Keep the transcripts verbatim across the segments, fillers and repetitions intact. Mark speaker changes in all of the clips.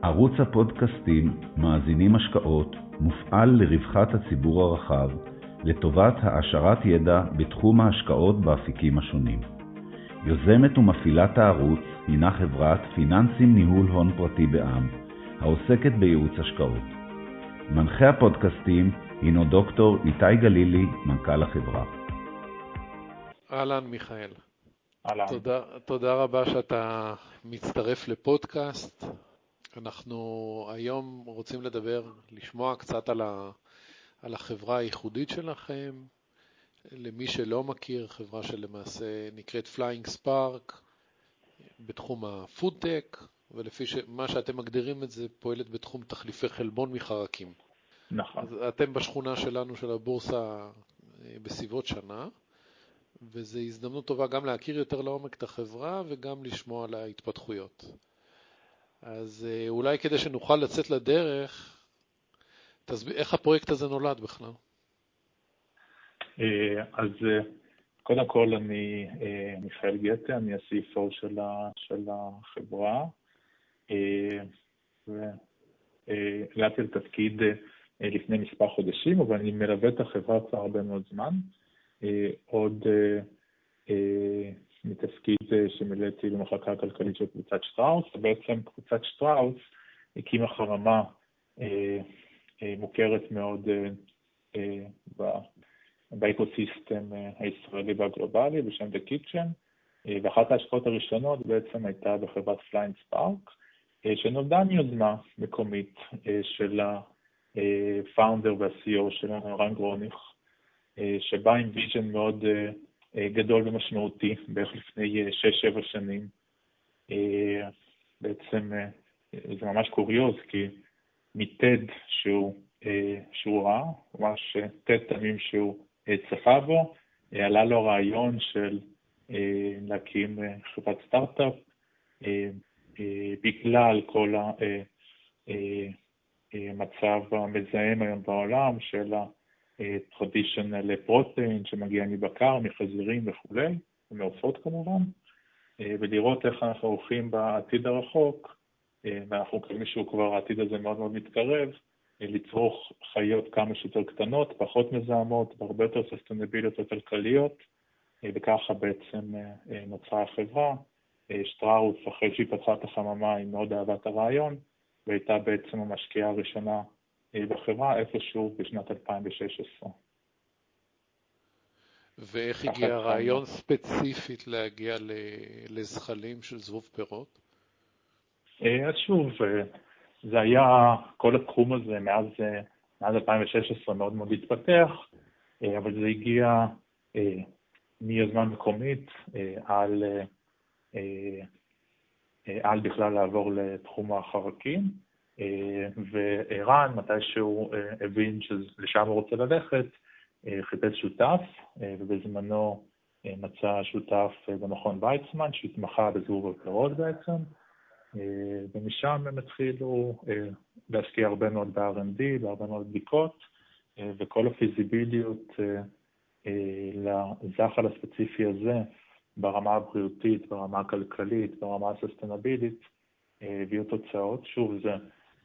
Speaker 1: ערוץ הפודקאסטים מאזינים השקעות מופעל לרווחת הציבור הרחב, לטובת העשרת ידע בתחום ההשקעות באפיקים השונים. יוזמת ומפעילת הערוץ הינה חברת פיננסים ניהול הון פרטי בע"מ, העוסקת בייעוץ השקעות. מנחה הפודקאסטים הינו דוקטור איתי גלילי, מנכ"ל החברה.
Speaker 2: אהלן מיכאל.
Speaker 3: אהלן.
Speaker 2: תודה, תודה רבה שאתה מצטרף לפודקאסט. אנחנו היום רוצים לדבר, לשמוע קצת על, ה, על החברה הייחודית שלכם. למי שלא מכיר, חברה שלמעשה נקראת Flying Spark בתחום הפודטק, ולפי מה שאתם מגדירים את זה, פועלת בתחום תחליפי חלבון מחרקים.
Speaker 3: נכון.
Speaker 2: אז אתם בשכונה שלנו של הבורסה בסביבות שנה, וזו הזדמנות טובה גם להכיר יותר לעומק את החברה וגם לשמוע על ההתפתחויות. אז אולי כדי שנוכל לצאת לדרך, תסביר איך הפרויקט הזה נולד בכלל.
Speaker 3: אז קודם כל אני מיכאל גטה, אני ה-סי אף או של, של החברה, והגעתי לתפקיד לפני מספר חודשים, אבל אני מלווה את החברה כבר הרבה מאוד זמן. עוד מתפקיד שמילאתי במחלקה הכלכלית של קבוצת שטראוס, ובעצם קבוצת שטראוס הקימה חממה מוכרת מאוד באקוסיסטם הישראלי והגלובלי בשם The Kitchen, ואחת ההשקעות הראשונות בעצם הייתה בחברת Flying Spark, שנולדה מיוזמה מקומית של הפאונדר וה-סי אי או שלנו, ערן גרוניך, שבא עם ויז'ן מאוד גדול ומשמעותי, בערך לפני שש שבע שנים. בעצם זה ממש קוריוז, כי מטד שהוא, שהוא ראה, ממש טד תמים שהוא צפה בו, עלה לו רעיון של להקים חברת סטארט-אפ, בגלל כל המצב המזהם היום בעולם של ה טרדישיונל פרוטאין שמגיע מבקר, מחזירים וכו', ומעופות כמובן, ולראות איך אנחנו הולכים בעתיד הרחוק, ואנחנו מקווים שהוא כבר העתיד הזה מאוד מאוד מתקרב, לצרוך חיות כמה שיותר קטנות, פחות מזהמות, והרבה יותר ססטנביליות וכלכליות, וככה בעצם נוצרה החברה. שטראוס, אחרי שהיא פתחה את החממה, היא מאוד אהבה את הרעיון, והייתה בעצם המשקיעה הראשונה בחברה איפשהו בשנת אלפיים ושש עשרה.
Speaker 2: ואיך הגיע הרעיון ספציפית להגיע לזחלים של זבוב פירות?
Speaker 3: אז שוב, זה היה, כל התחום הזה מאז, מאז אלפיים ושש עשרה מאוד מאוד התפתח, אבל זה הגיע מיוזמה מקומית על, על בכלל לעבור לתחום החרקים, וערן, מתי שהוא הבין שלשם הוא רוצה ללכת, חיפש שותף, ובזמנו מצא שותף במכון ויצמן, שהתמחה בזבוב הפירות בעצם, ומשם הם התחילו להשקיע הרבה מאוד ב-אר אנד די, בהרבה מאוד בדיקות, וכל הפיזיביליות לזחל הספציפי הזה, ברמה הבריאותית, ברמה הכלכלית, ברמה הססטנבילית, הביאו תוצאות. שוב, זה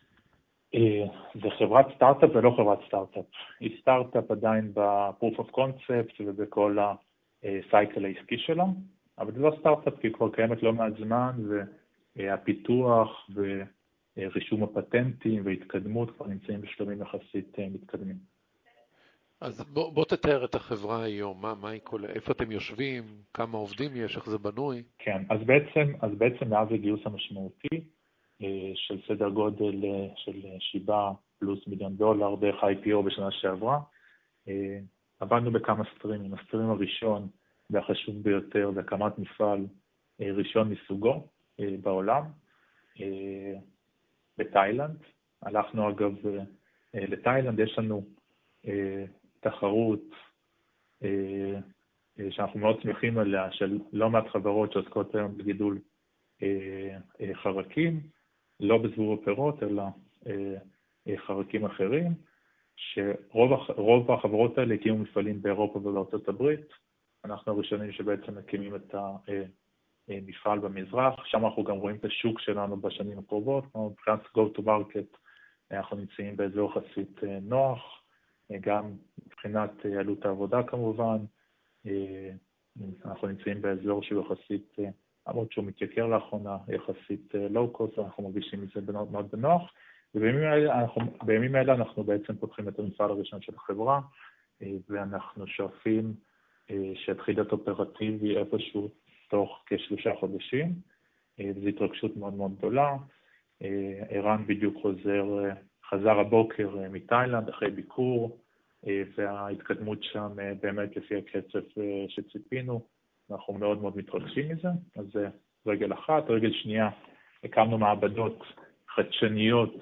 Speaker 3: זה חברת סטארט-אפ ולא חברת סטארט-אפ. היא סטארט-אפ עדיין ב-proof of concept ובכל הסייקל העסקי שלה, אבל זה לא סטארט-אפ כי היא כבר קיימת לא מעט זמן, והפיתוח ורישום הפטנטים והתקדמות כבר נמצאים בשלבים יחסית מתקדמים.
Speaker 2: אז בוא, בוא תתאר את החברה היום, מה, מה היא כל... איפה אתם יושבים, כמה עובדים יש, איך זה בנוי?
Speaker 3: כן, אז בעצם, אז בעצם מאז הגיוס המשמעותי, של סדר גודל של שבעה פלוס מיליון דולר דרך איי פי או בשנה שעברה. עבדנו בכמה סטרימים. הסטרים הראשון והחשוב ביותר זה הקמת מפעל ראשון מסוגו בעולם, בתאילנד. הלכנו אגב לתאילנד, יש לנו תחרות שאנחנו מאוד שמחים עליה, של לא מעט חברות שעוסקות היום בגידול חרקים, לא בזבוב הפירות, אלא אה, חרקים אחרים, שרוב החברות האלה הקימו מפעלים באירופה ובארצות הברית. אנחנו הראשונים שבעצם מקימים את מפעל במזרח, שם אנחנו גם רואים את השוק שלנו בשנים הקרובות, מבחינת go to market אנחנו נמצאים באזור חסית נוח, גם מבחינת עלות העבודה כמובן, אנחנו נמצאים באזור שהוא יחסית, למרות שהוא מתייקר לאחרונה, יחסית low cost, אנחנו מרגישים את זה מאוד מאוד בנוח, ובימים האלה אנחנו, בימים האלה אנחנו בעצם פותחים את המפעל הראשון של החברה, ואנחנו שואפים שהתחיל את אופרטיבי איפשהו תוך כשלושה חודשים, וזו התרגשות מאוד מאוד גדולה. ערן בדיוק חוזר, חזר הבוקר מתאילנד אחרי ביקור, וההתקדמות שם באמת לפי הקצב שציפינו, אנחנו מאוד מאוד מתרגשים מזה, אז זה רגל אחת. רגל שנייה, הקמנו מעבדות חדשניות,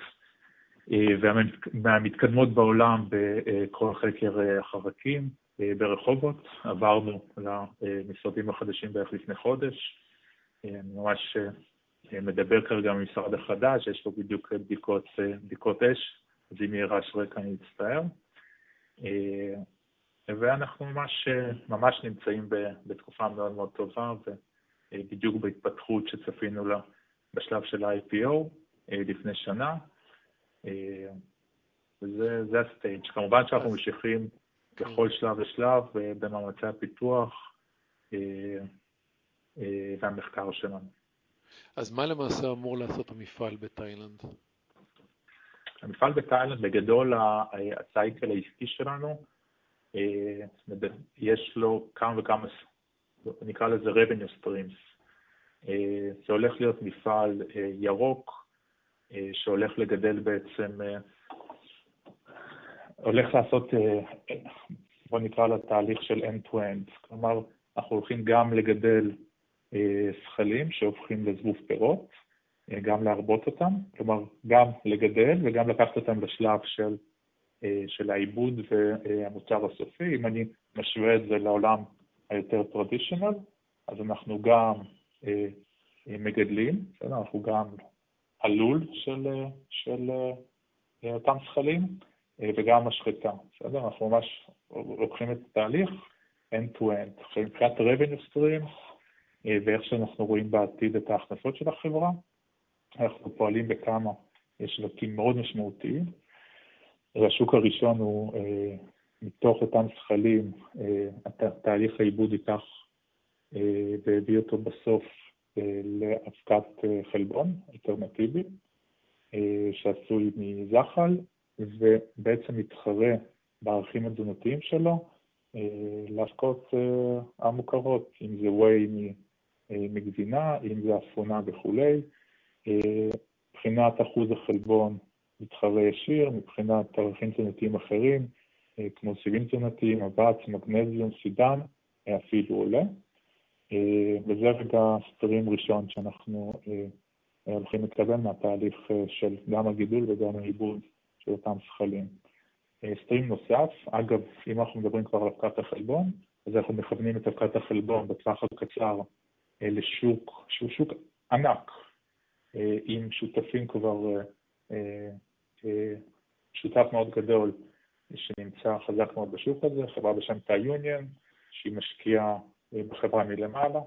Speaker 3: והמתקדמות בעולם בכל חקר החרקים ברחובות, עברנו למשרדים החדשים בערך לפני חודש, אני ממש מדבר כרגע במשרד החדש, יש פה בדיוק בדיקות, בדיקות אש, אז אם יהיה רעש רקע אני אצטער, ואנחנו ממש, ממש נמצאים בתקופה מאוד מאוד טובה, ובדיוק בהתפתחות שצפינו לה בשלב של ה-איי פי או לפני שנה, וזה זה הסטייג'. כמובן שאנחנו ממשיכים בכל שלב ושלב במאמצי הפיתוח והמחקר שלנו.
Speaker 2: אז מה למעשה אמור לעשות המפעל בתאילנד?
Speaker 3: המפעל בתאילנד, בגדול הסייקל העסקי שלנו, יש לו כמה וכמה, נקרא לזה revenue streams. זה הולך להיות מפעל ירוק, שהולך לגדל בעצם, הולך לעשות, בוא נקרא לתהליך של end-to-end. כלומר, אנחנו הולכים גם לגדל שכלים שהופכים לזבוב פירות, גם להרבות אותם, כלומר, גם לגדל וגם לקחת אותם בשלב של, של העיבוד והמוצר הסופי. אם אני משווה את זה לעולם היותר טרדישיונל, אז אנחנו גם מגדלים, אנחנו גם הלול של, של אותם שכלים, וגם השחיטה. בסדר? אנחנו ממש לוקחים את התהליך end-to-end. עכשיו, מבחינת revenue stream, ואיך שאנחנו רואים בעתיד את ההכנסות של החברה, אנחנו פועלים בכמה שווקים מאוד משמעותיים. השוק הראשון הוא, מתוך אותם שכלים, תהליך העיבוד ייקח והביא אותו בסוף לאבקת חלבון, אלטרנטיבי, שעשוי מזחל, ובעצם מתחרה בערכים התזונתיים שלו להשקות המוכרות, אם זה ווי מגבינה, אם זה אפונה וכולי. מבחינת אחוז החלבון מתחרה ישיר, מבחינת ערכים תזונתיים אחרים, כמו סיבים תזונתיים, אבץ, מגנזיום, סידן, אפילו עולה. וזה רגע סטרים ראשון שאנחנו הולכים לקבל מהתהליך של גם הגידול וגם העיבוד של אותם שכלים. סטרים נוסף, אגב, אם אנחנו מדברים כבר על אבקת החלבון, אז אנחנו מכוונים את אבקת החלבון בטווח הקצר לשוק, שהוא שוק ענק, עם שותפים כבר, שותף מאוד גדול שנמצא חזק מאוד בשוק הזה, חברה בשם תא יוניון, שהיא משקיעה בחברה מלמעלה,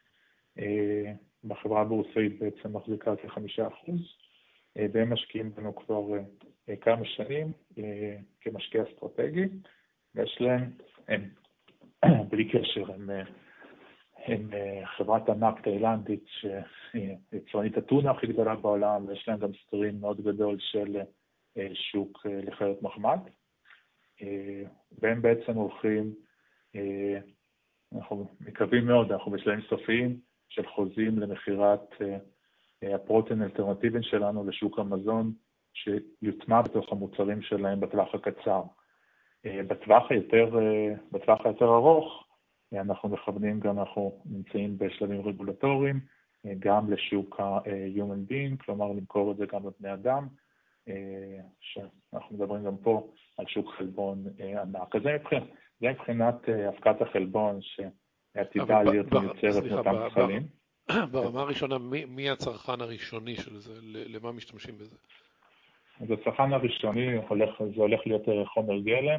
Speaker 3: בחברה הבורסאית בעצם מחזיקה כחמישה אחוז, והם משקיעים בנו כבר כמה שנים כמשקיע אסטרטגי, ויש להם, הם, בלי קשר, הם, הם חברת ענק תאילנדית שהיא יצרנית הטונה הכי גדולה בעולם, ויש להם גם סטרים מאוד גדול של שוק לחיות מחמד, והם בעצם הולכים, אנחנו מקווים מאוד, אנחנו בשלבים סופיים של חוזים למחירת הפרוטין אלטרנטיביים שלנו לשוק המזון, שיוטמע בתוך המוצרים שלהם בטווח הקצר. בטווח היותר, בטווח היותר ארוך, אנחנו מכוונים גם, אנחנו נמצאים בשלבים רגולטוריים, גם לשוק ה-human being, כלומר למכור את זה גם לבני אדם, שאנחנו מדברים גם פה על שוק חלבון ענק. אז זה מבחינת, זה מבחינת הפקת החלבון שעתידה להיות מיוצרת מאותם שכלים.
Speaker 2: ברמה הראשונה, מי, מי הצרכן הראשוני של זה? למה משתמשים בזה?
Speaker 3: אז הצרכן הראשוני הולך, זה הולך להיות חומר גלם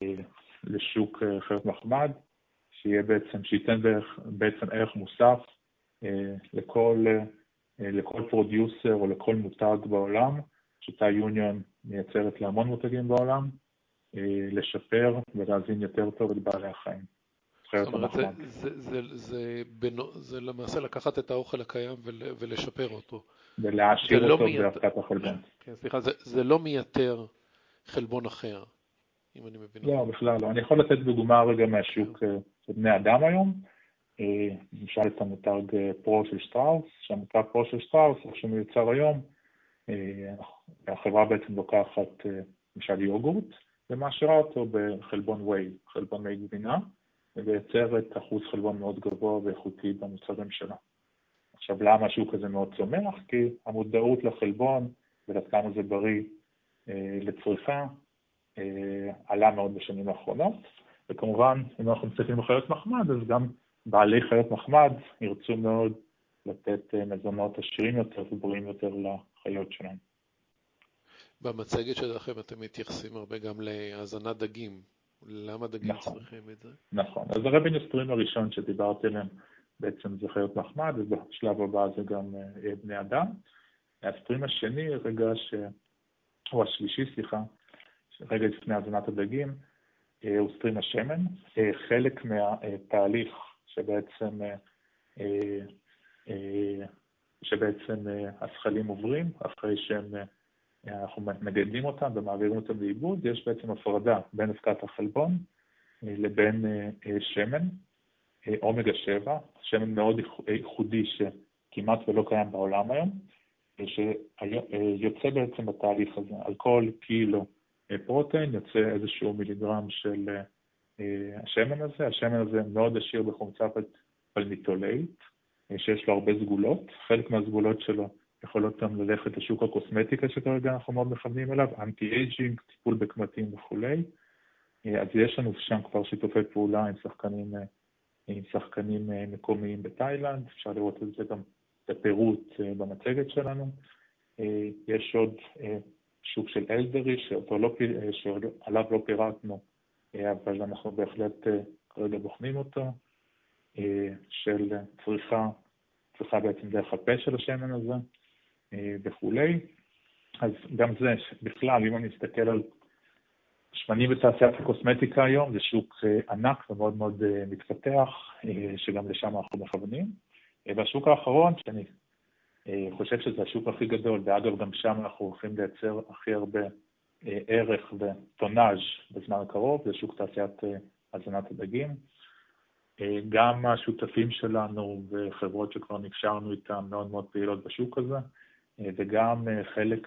Speaker 3: לשוק חיות מחמד, שיהיה בעצם, שייתן בעצם ערך מוסף לכל, לכל פרודיוסר או לכל מותג בעולם, שיטה יוניון מייצרת להמון מותגים בעולם, לשפר ולהזין יותר טוב את בעלי החיים.
Speaker 2: זאת אומרת, זה, זה, זה, זה, בנו, זה למעשה לקחת את האוכל הקיים ול, ולשפר אותו.
Speaker 3: ולהעשיר אותו לא בהפקת החלבון.
Speaker 2: כן, סליחה, זה, זה לא מייתר חלבון אחר, אם אני מבין.
Speaker 3: לא, בכלל לא. אני יכול לתת דוגמה רגע מהשוק של בני אדם היום. למשל את המותג פרו של שטראוס, שהמותג פרו של שטראוס, שמיוצר היום, החברה בעצם לוקחת למשל יוגורט, ומאשרה אותו בחלבון ווי, חלבון מי גבינה, ויוצרת אחוז חלבון מאוד גבוה ואיכותי במוצרים שלה. עכשיו, למה השוק הזה מאוד צומח? כי המודעות לחלבון ולעד כמה זה בריא אה, לצריכה אה, עלה מאוד בשנים האחרונות, וכמובן, אם אנחנו מצליחים בחיות מחמד, אז גם בעלי חיות מחמד ירצו מאוד לתת אה, מזונות עשירים יותר ובריאים יותר לחיות שלהם.
Speaker 2: במצגת שלכם אתם מתייחסים הרבה גם להזנת דגים. למה דגים נכון, צריכים את זה?
Speaker 3: נכון. אז הרבניו סטרים הראשון שדיברתי עליהם בעצם זה חיות מחמד, ובשלב הבא זה גם בני אדם. הסטרים השני, רגע ש... או השלישי, סליחה, רגע לפני הזנת הדגים, הוא סטרים השמן. חלק מהתהליך שבעצם, שבעצם הזחלים עוברים, אחרי שהם אנחנו מגדלים אותם ומעבירים אותם לאיבוד, יש בעצם הפרדה בין הפקת החלבון לבין שמן, אומגה שבע, שמן מאוד ייחודי שכמעט ולא קיים בעולם היום, שיוצא בעצם בתהליך הזה. על כל קילו פרוטאין יוצא איזשהו מיליגרם של השמן הזה. השמן הזה מאוד עשיר בחומצה פלמיטולאית, שיש לו הרבה סגולות. חלק מהסגולות שלו יכולות גם ללכת לשוק הקוסמטיקה שכרגע אנחנו מאוד מכוונים אליו, אנטי-אייג'ינג, טיפול בקמטים וכולי. אז יש לנו שם כבר שיתופי פעולה עם שחקנים, עם שחקנים מקומיים בתאילנד, אפשר לראות את זה גם בפירוט במצגת שלנו. יש עוד שוק של אלדרי, שאותו לא, שעליו לא פירטנו, אבל אנחנו בהחלט כרגע בוחנים אותו, של צריכה, צריכה בעצם דרך הפה של השמן הזה, וכולי. אז גם זה, בכלל, אם אני מסתכל על שמנים בתעשיית הקוסמטיקה היום, זה שוק ענק ומאוד מאוד מתפתח, שגם לשם אנחנו מכוונים. והשוק האחרון, שאני חושב שזה השוק הכי גדול, ואגב גם שם אנחנו הולכים לייצר הכי הרבה ערך וטונאז' בזמן הקרוב, זה שוק תעשיית הזנת הדגים. גם השותפים שלנו וחברות שכבר נקשרנו איתם מאוד מאוד פעילות בשוק הזה, וגם חלק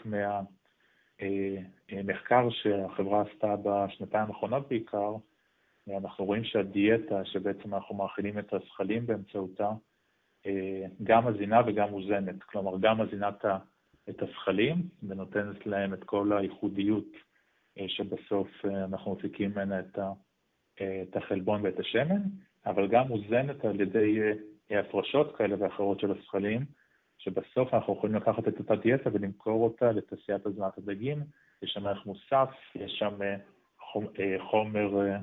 Speaker 3: מהמחקר שהחברה עשתה בשנתיים האחרונות בעיקר, אנחנו רואים שהדיאטה שבעצם אנחנו מאכילים את הזחלים באמצעותה, גם מזינה וגם מוזנת, כלומר גם מזינה את הזחלים ונותנת להם את כל הייחודיות שבסוף אנחנו מפיקים ממנה את החלבון ואת השמן, אבל גם מוזנת על ידי הפרשות כאלה ואחרות של הזחלים, שבסוף אנחנו יכולים לקחת את אותה דיאטה ולמכור אותה לתעשיית הזנת הדגים. יש שם ערך מוסף, יש שם חומר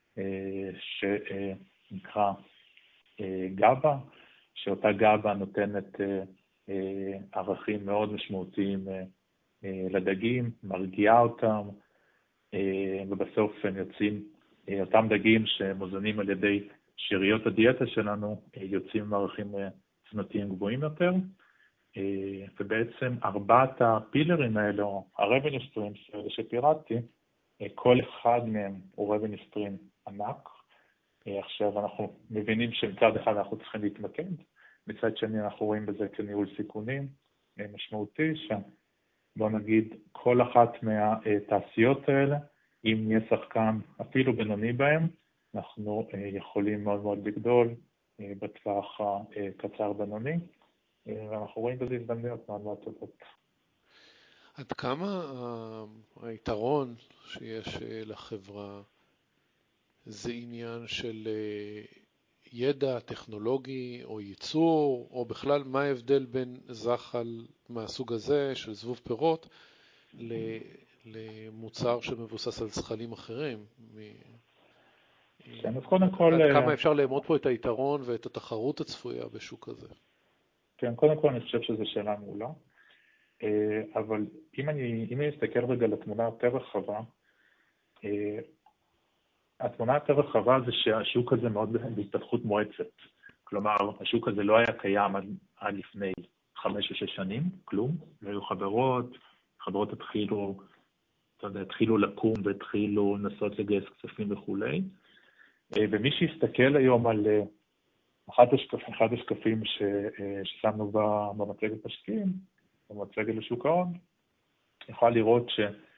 Speaker 3: שנקרא גאבה, שאותה גאבה נותנת ערכים מאוד משמעותיים לדגים, מרגיעה אותם, ובסוף הם יוצאים, אותם דגים שמוזנים על ידי שאריות הדיאטה שלנו, יוצאים עם ערכים תזונתיים גבוהים יותר, ובעצם ארבעת הפילרים האלו, הרבניו סטרימס שפירטתי, כל אחד מהם הוא רבניו סטרים ענק. עכשיו אנחנו מבינים שמצד אחד אנחנו צריכים להתמקד, מצד שני אנחנו רואים בזה כניהול סיכונים משמעותי, שבוא נגיד כל אחת מהתעשיות האלה, אם נהיה שחקן אפילו בינוני בהם, אנחנו יכולים מאוד מאוד לגדול בטווח הקצר בינוני, ואנחנו רואים בזה הזדמנויות מאוד מאוד טובות.
Speaker 2: עד כמה היתרון שיש לחברה זה עניין של ידע טכנולוגי או ייצור, או בכלל מה ההבדל בין זחל מהסוג הזה של זבוב פירות למוצר שמבוסס על זחלים אחרים?
Speaker 3: כן, אז קודם כל...
Speaker 2: עד כמה אפשר לאמוד פה את היתרון ואת התחרות הצפויה בשוק הזה?
Speaker 3: כן, קודם כל אני חושב שזו שאלה מעולה, אבל אם אני, אם אני אסתכל רגע לתמונה יותר רחבה, התמונה יותר רחבה זה שהשוק הזה מאוד בהתפתחות מואצת. כלומר, השוק הזה לא היה קיים עד, עד לפני חמש או שש שנים, כלום. לא היו חברות, חברות התחילו, אתה יודע, התחילו לקום והתחילו לנסות לגייס כספים וכו'. ומי שיסתכל היום על אחד השקפים, אחד השקפים ש, ששמנו במצגת משקיעים, במצגת לשוק ההון, יכול לראות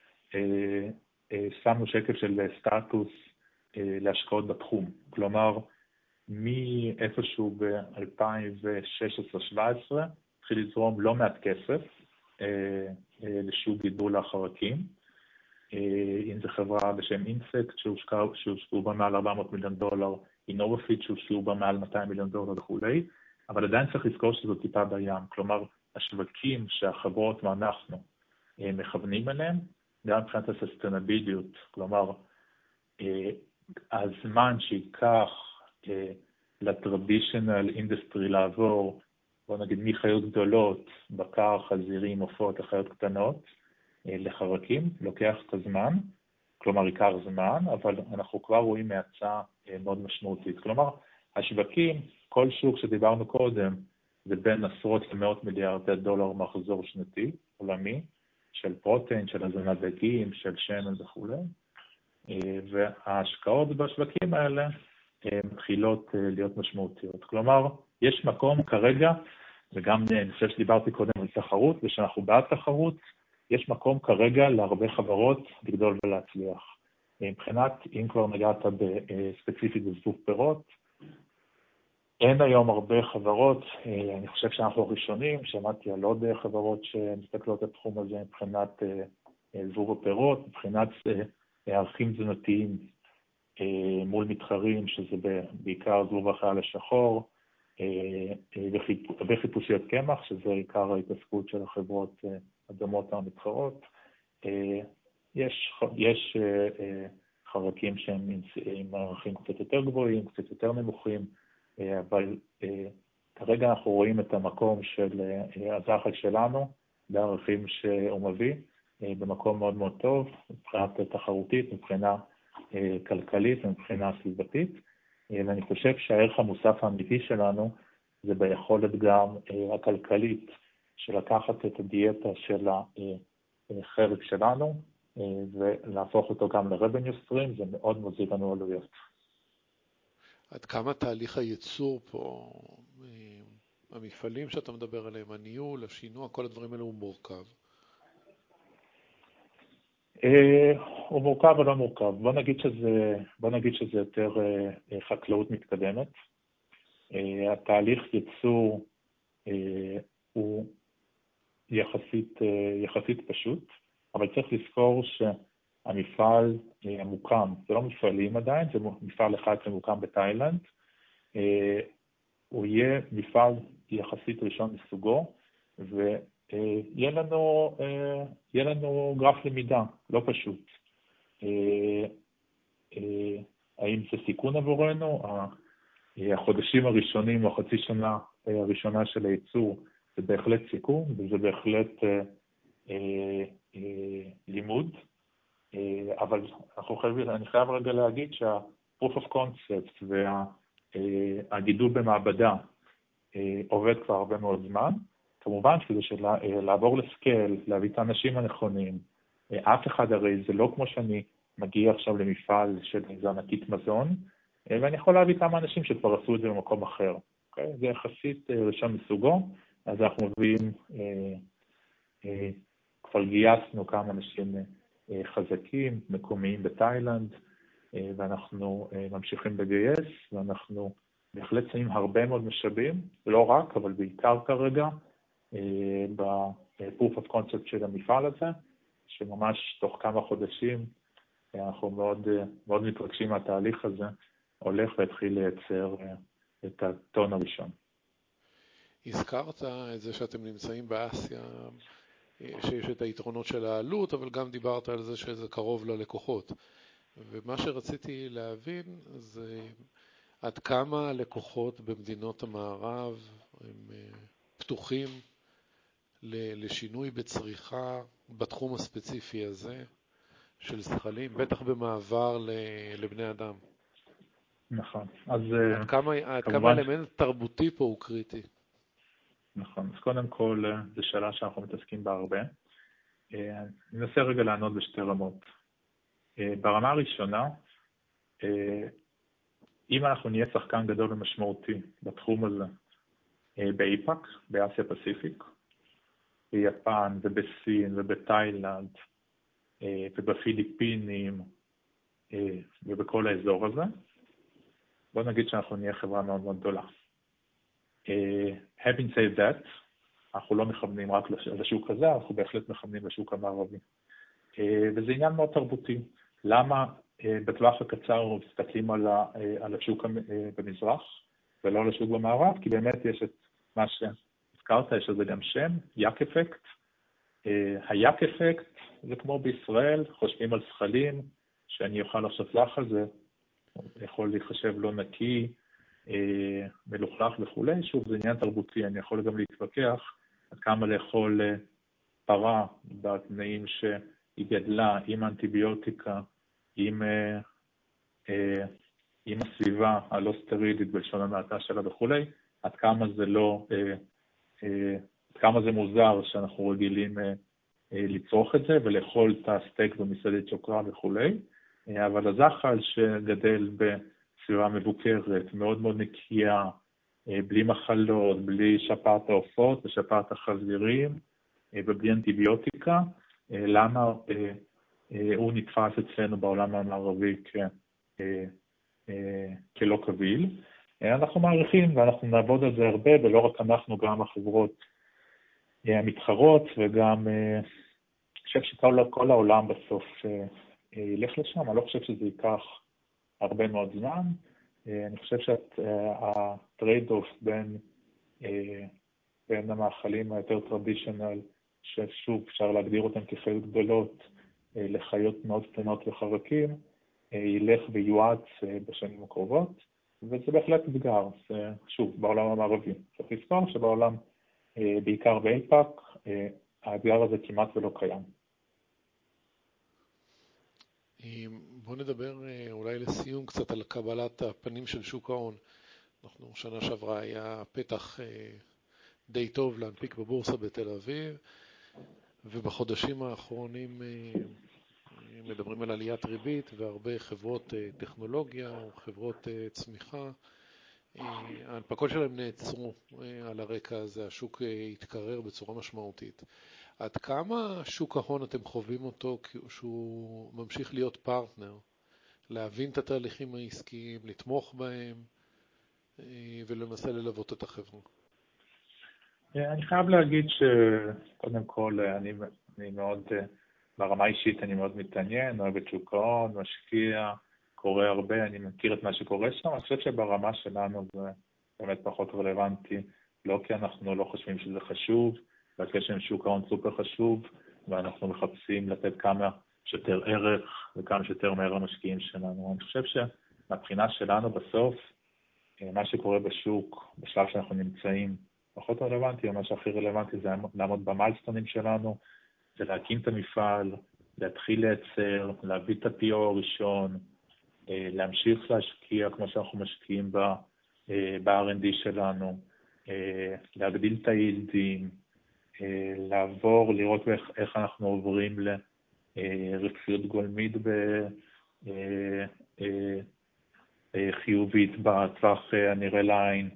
Speaker 3: ששמנו שקף של סטטוס להשקעות בתחום. כלומר, מאיפשהו ב-אלפיים ושש עשרה שבע עשרה התחיל לזרום לא מעט כסף לשוק גידול החרקים. אם זו חברה בשם אינסקט שהושקעו בה מעל ארבע מאות מיליון דולר, אינובופיט שהושקעו בה מעל מאתיים מיליון דולר וכו', אבל עדיין צריך לזכור שזו טיפה בים. כלומר, השווקים שהחברות ואנחנו מכוונים אליהם, גם מבחינת הססטנביליות, כלומר, הזמן שיקח לטרדישיונל אינדסטרי לעבור, בוא נגיד מחיות גדולות, בקר, חזירים, עופות, לחיות קטנות, לחרקים, לוקח את הזמן, כלומר עיקר זמן, אבל אנחנו כבר רואים מאצה מאוד משמעותית. כלומר, השווקים, כל שוק שדיברנו קודם, זה בין עשרות למאות מיליארדי דולר מחזור שנתי, עולמי, של פרוטאין, של הזנת דגים, של שמן וכו'. וההשקעות בשווקים האלה מתחילות להיות משמעותיות. כלומר, יש מקום כרגע, וגם אני חושב שדיברתי קודם על תחרות, ושאנחנו בעד תחרות, יש מקום כרגע להרבה חברות לגדול ולהצליח. מבחינת, אם כבר נגעת ספציפית בזבוב פירות, אין היום הרבה חברות, אני חושב שאנחנו הראשונים, שמעתי על עוד חברות שמסתכלות על התחום הזה מבחינת זבוב הפירות, מבחינת ערכים תזונתיים מול מתחרים, שזה בעיקר זבוב החייל השחור, וחיפושיות קמח, שזה עיקר ההתעסקות של החברות הדומות המתחרות. יש, יש חרקים שהם עם ערכים קצת יותר גבוהים, קצת יותר נמוכים, אבל כרגע אנחנו רואים את המקום של הזחל שלנו, בערכים שהוא מביא, במקום מאוד מאוד טוב, מבחינת תחרותית, מבחינה כלכלית ומבחינה סביבתית, ואני חושב שהערך המוסף האמיתי שלנו זה ביכולת גם הכלכלית של לקחת את הדיאטה של החרק שלנו ולהפוך אותו גם ל-revenue stream, זה מאוד מוזיל לנו עלויות.
Speaker 2: עד כמה תהליך הייצור פה, המפעלים שאתה מדבר עליהם, הניהול, השינוע, כל הדברים האלה הוא מורכב?
Speaker 3: הוא מורכב ולא מורכב. בוא נגיד שזה, בוא נגיד שזה יותר חקלאות מתקדמת. התהליך ייצור הוא יחסית, יחסית פשוט, אבל צריך לזכור שהמפעל המוקם, זה לא מפעלים עדיין, זה מפעל אחד שמוקם בתאילנד, הוא יהיה מפעל יחסית ראשון מסוגו, ו יהיה לנו, יהיה לנו גרף למידה, לא פשוט. האם זה סיכון עבורנו? החודשים הראשונים או החצי שנה הראשונה של הייצור זה בהחלט סיכון, וזה בהחלט לימוד, אבל אנחנו חייבים, אני חייב רגע להגיד שה-proof of concept והגידול במעבדה עובד כבר הרבה מאוד זמן, כמובן כדי לעבור לסקל, להביא את האנשים הנכונים, אף אחד הרי זה לא כמו שאני מגיע עכשיו למפעל של איזו ענקית מזון, ואני יכול להביא כמה אנשים שכבר עשו את זה במקום אחר. Okay? זה יחסית ראשון מסוגו, אז אנחנו מביאים, אה, אה, כבר גייסנו כמה אנשים אה, חזקים, מקומיים בתאילנד, אה, ואנחנו אה, ממשיכים לגייס, ואנחנו בהחלט שמים הרבה מאוד משאבים, לא רק, אבל בעיקר כרגע, ב-proof of concept של המפעל הזה, שממש תוך כמה חודשים אנחנו מאוד, מאוד מתרגשים מהתהליך הזה, הולך והתחיל לייצר את הטון הראשון.
Speaker 2: הזכרת את זה שאתם נמצאים באסיה, שיש את היתרונות של העלות, אבל גם דיברת על זה שזה קרוב ללקוחות. ומה שרציתי להבין זה עד כמה הלקוחות במדינות המערב הם פתוחים לשינוי בצריכה בתחום הספציפי הזה של זחלים, בטח במעבר לבני אדם. נכון. אז עד כמה, עד כמה אלמנט תרבותי פה הוא קריטי.
Speaker 3: נכון. אז קודם כל, זו שאלה שאנחנו מתעסקים בה הרבה. אני אנסה רגע לענות בשתי רמות. ברמה הראשונה, אם אנחנו נהיה שחקן גדול ומשמעותי בתחום הזה, באיפאק, באסיה פסיפיק, ביפן ובסין ובתאילנד ובפיליפינים ובכל האזור הזה, בוא נגיד שאנחנו נהיה חברה מאוד מאוד גדולה. Having said that, אנחנו לא מכוונים רק לשוק הזה, אנחנו בהחלט מכוונים לשוק המערבי. וזה עניין מאוד תרבותי. למה בטווח הקצר מסתכלים על, ה, על השוק במזרח ולא על השוק במערב? כי באמת יש את מה שהזכרת, יש לזה גם שם, יק אפקט. היק אפקט זה כמו בישראל, חושבים על זחלים, שאני אוכל עכשיו זחל, זה יכול להיחשב לא נקי, מלוכלך וכו'. שוב, זה עניין תרבותי, אני יכול גם להתווכח עד כמה לאכול פרה בתנאים שהיא גדלה עם אנטיביוטיקה, עם, עם הסביבה הלא סטרילית בלשון המעטה שלה וכו', עד כמה זה לא, עד כמה זה מוזר שאנחנו רגילים לצרוך את זה ולאכול את הסטייק במסעדת שוקרה וכו'. אבל הזחל שגדל בסביבה מבוקרת, מאוד מאוד נקייה, בלי מחלות, בלי שפעת העופות ושפעת החזירים ובלי אנטיביוטיקה, למה הוא נתפס אצלנו בעולם המערבי כ, כלא קביל. אנחנו מעריכים ואנחנו נעבוד על זה הרבה, ולא רק אנחנו, גם החברות המתחרות, וגם אני חושב שכל העולם בסוף ילך לשם. אני לא חושב שזה ייקח הרבה מאוד זמן. אני חושב שהטרייד אוף בין, בין המאכלים היותר טרדישיונל, ששוב אפשר להגדיר אותם כחיות גדולות, לחיות מאוד קטנות וחרקים, ילך ויועץ בשנים הקרובות, וזה בהחלט אתגר, זה שוב בעולם המערבי. צריך לזכור שבעולם, בעיקר באיפאק, האתגר הזה כמעט ולא קיים.
Speaker 2: בוא נדבר אולי לסיום קצת על קבלת הפנים של שוק ההון. אנחנו שנה שעברה היה פתח די טוב להנפיק בבורסה בתל אביב, ובחודשים האחרונים מדברים על עליית ריבית, והרבה חברות טכנולוגיה או חברות צמיחה, ההנפקות שלהם נעצרו על הרקע הזה, השוק התקרר בצורה משמעותית. עד כמה שוק ההון אתם חווים אותו שהוא ממשיך להיות פרטנר, להבין את התהליכים העסקיים, לתמוך בהם ולנסה ללוות את החברה?
Speaker 3: אני חייב להגיד שקודם כל אני, אני מאוד, ברמה אישית אני מאוד מתעניין, אוהב את שוק ההון, משקיע, קורא הרבה, אני מכיר את מה שקורה שם. אני חושב שברמה שלנו זה באמת פחות רלוונטי, לא כי אנחנו לא חושבים שזה חשוב, רק יש שם שוק ההון סופר חשוב, ואנחנו מחפשים לתת כמה שיותר ערך וכמה שיותר מהר המשקיעים שלנו. אני חושב שמבחינה שלנו בסוף, מה שקורה בשוק, בשלב שאנחנו נמצאים, פחות רלוונטי, מה שהכי רלוונטי זה לעמוד במיילסטונים שלנו, זה להקים את המפעל, להתחיל לייצר, להביא את ה-פי או הראשון, להמשיך להשקיע כמו שאנחנו משקיעים ב-אר אנד די שלנו, להגדיל את הילדים, לעבור, לראות איך, איך אנחנו עוברים לרווחיות גולמית חיובית בטווח הנראה לעין,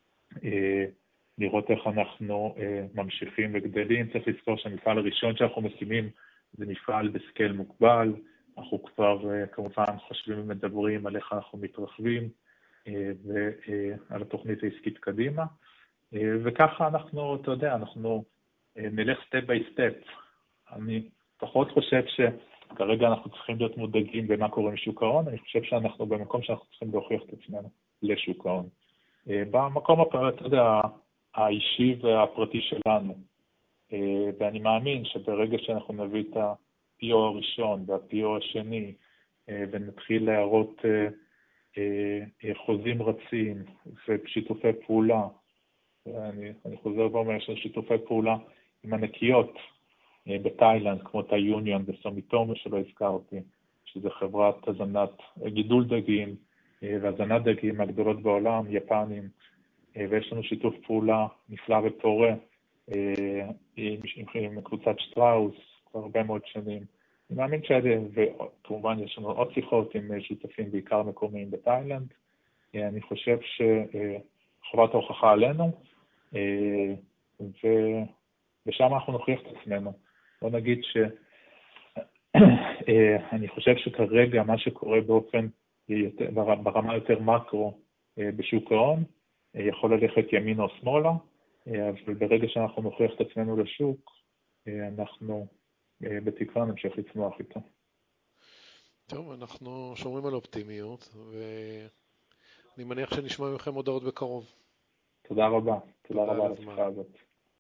Speaker 3: לראות איך אנחנו ממשיכים וגדלים. צריך לזכור שהמפעל הראשון שאנחנו מקימים זה מפעל בסקייל מוגבל, אנחנו כבר כמובן חושבים ומדברים על איך אנחנו מתרחבים ועל התוכנית העסקית קדימה, וככה אנחנו, אתה יודע, אנחנו נלך סטפ ביי סטפ. אני פחות חושב שכרגע אנחנו צריכים להיות מודאגים במה קורה עם שוק ההון, אני חושב שאנחנו במקום שאנחנו צריכים להוכיח את עצמנו לשוק ההון. במקום, אתה יודע, האישי והפרטי שלנו, ואני מאמין שברגע שאנחנו נביא את ה-פי או הראשון וה-פי או השני, ונתחיל להראות חוזים רצים ושיתופי פעולה, אני, אני חוזר ואומר, יש לנו שיתופי פעולה עם ענקיות בתאילנד, כמו טאיוניון וסומיטומו שלא הזכרתי, שזה חברת הזנת, גידול דגים והזנת דגים מהגדולות בעולם, יפנים, ויש לנו שיתוף פעולה נפלא ופורה עם, עם קבוצת שטראוס כבר הרבה מאוד שנים. אני מאמין שעד, וכמובן יש לנו עוד שיחות עם שותפים בעיקר מקומיים בתאילנד. אני חושב שחובת ההוכחה עלינו, ושם אנחנו נוכיח את עצמנו. בוא נגיד שאני חושב שכרגע מה שקורה באופן, יותר, ברמה יותר מקרו בשוק ההון, יכול ללכת ימין או שמאלה, אבל ברגע שאנחנו נוכיח את עצמנו לשוק, אנחנו בתקווה נמשיך לצמוח איתו.
Speaker 2: טוב, אנחנו שומרים על אופטימיות, ואני מניח שנשמע מכם הודעות בקרוב.
Speaker 3: תודה רבה. תודה רבה על השיחה הזאת.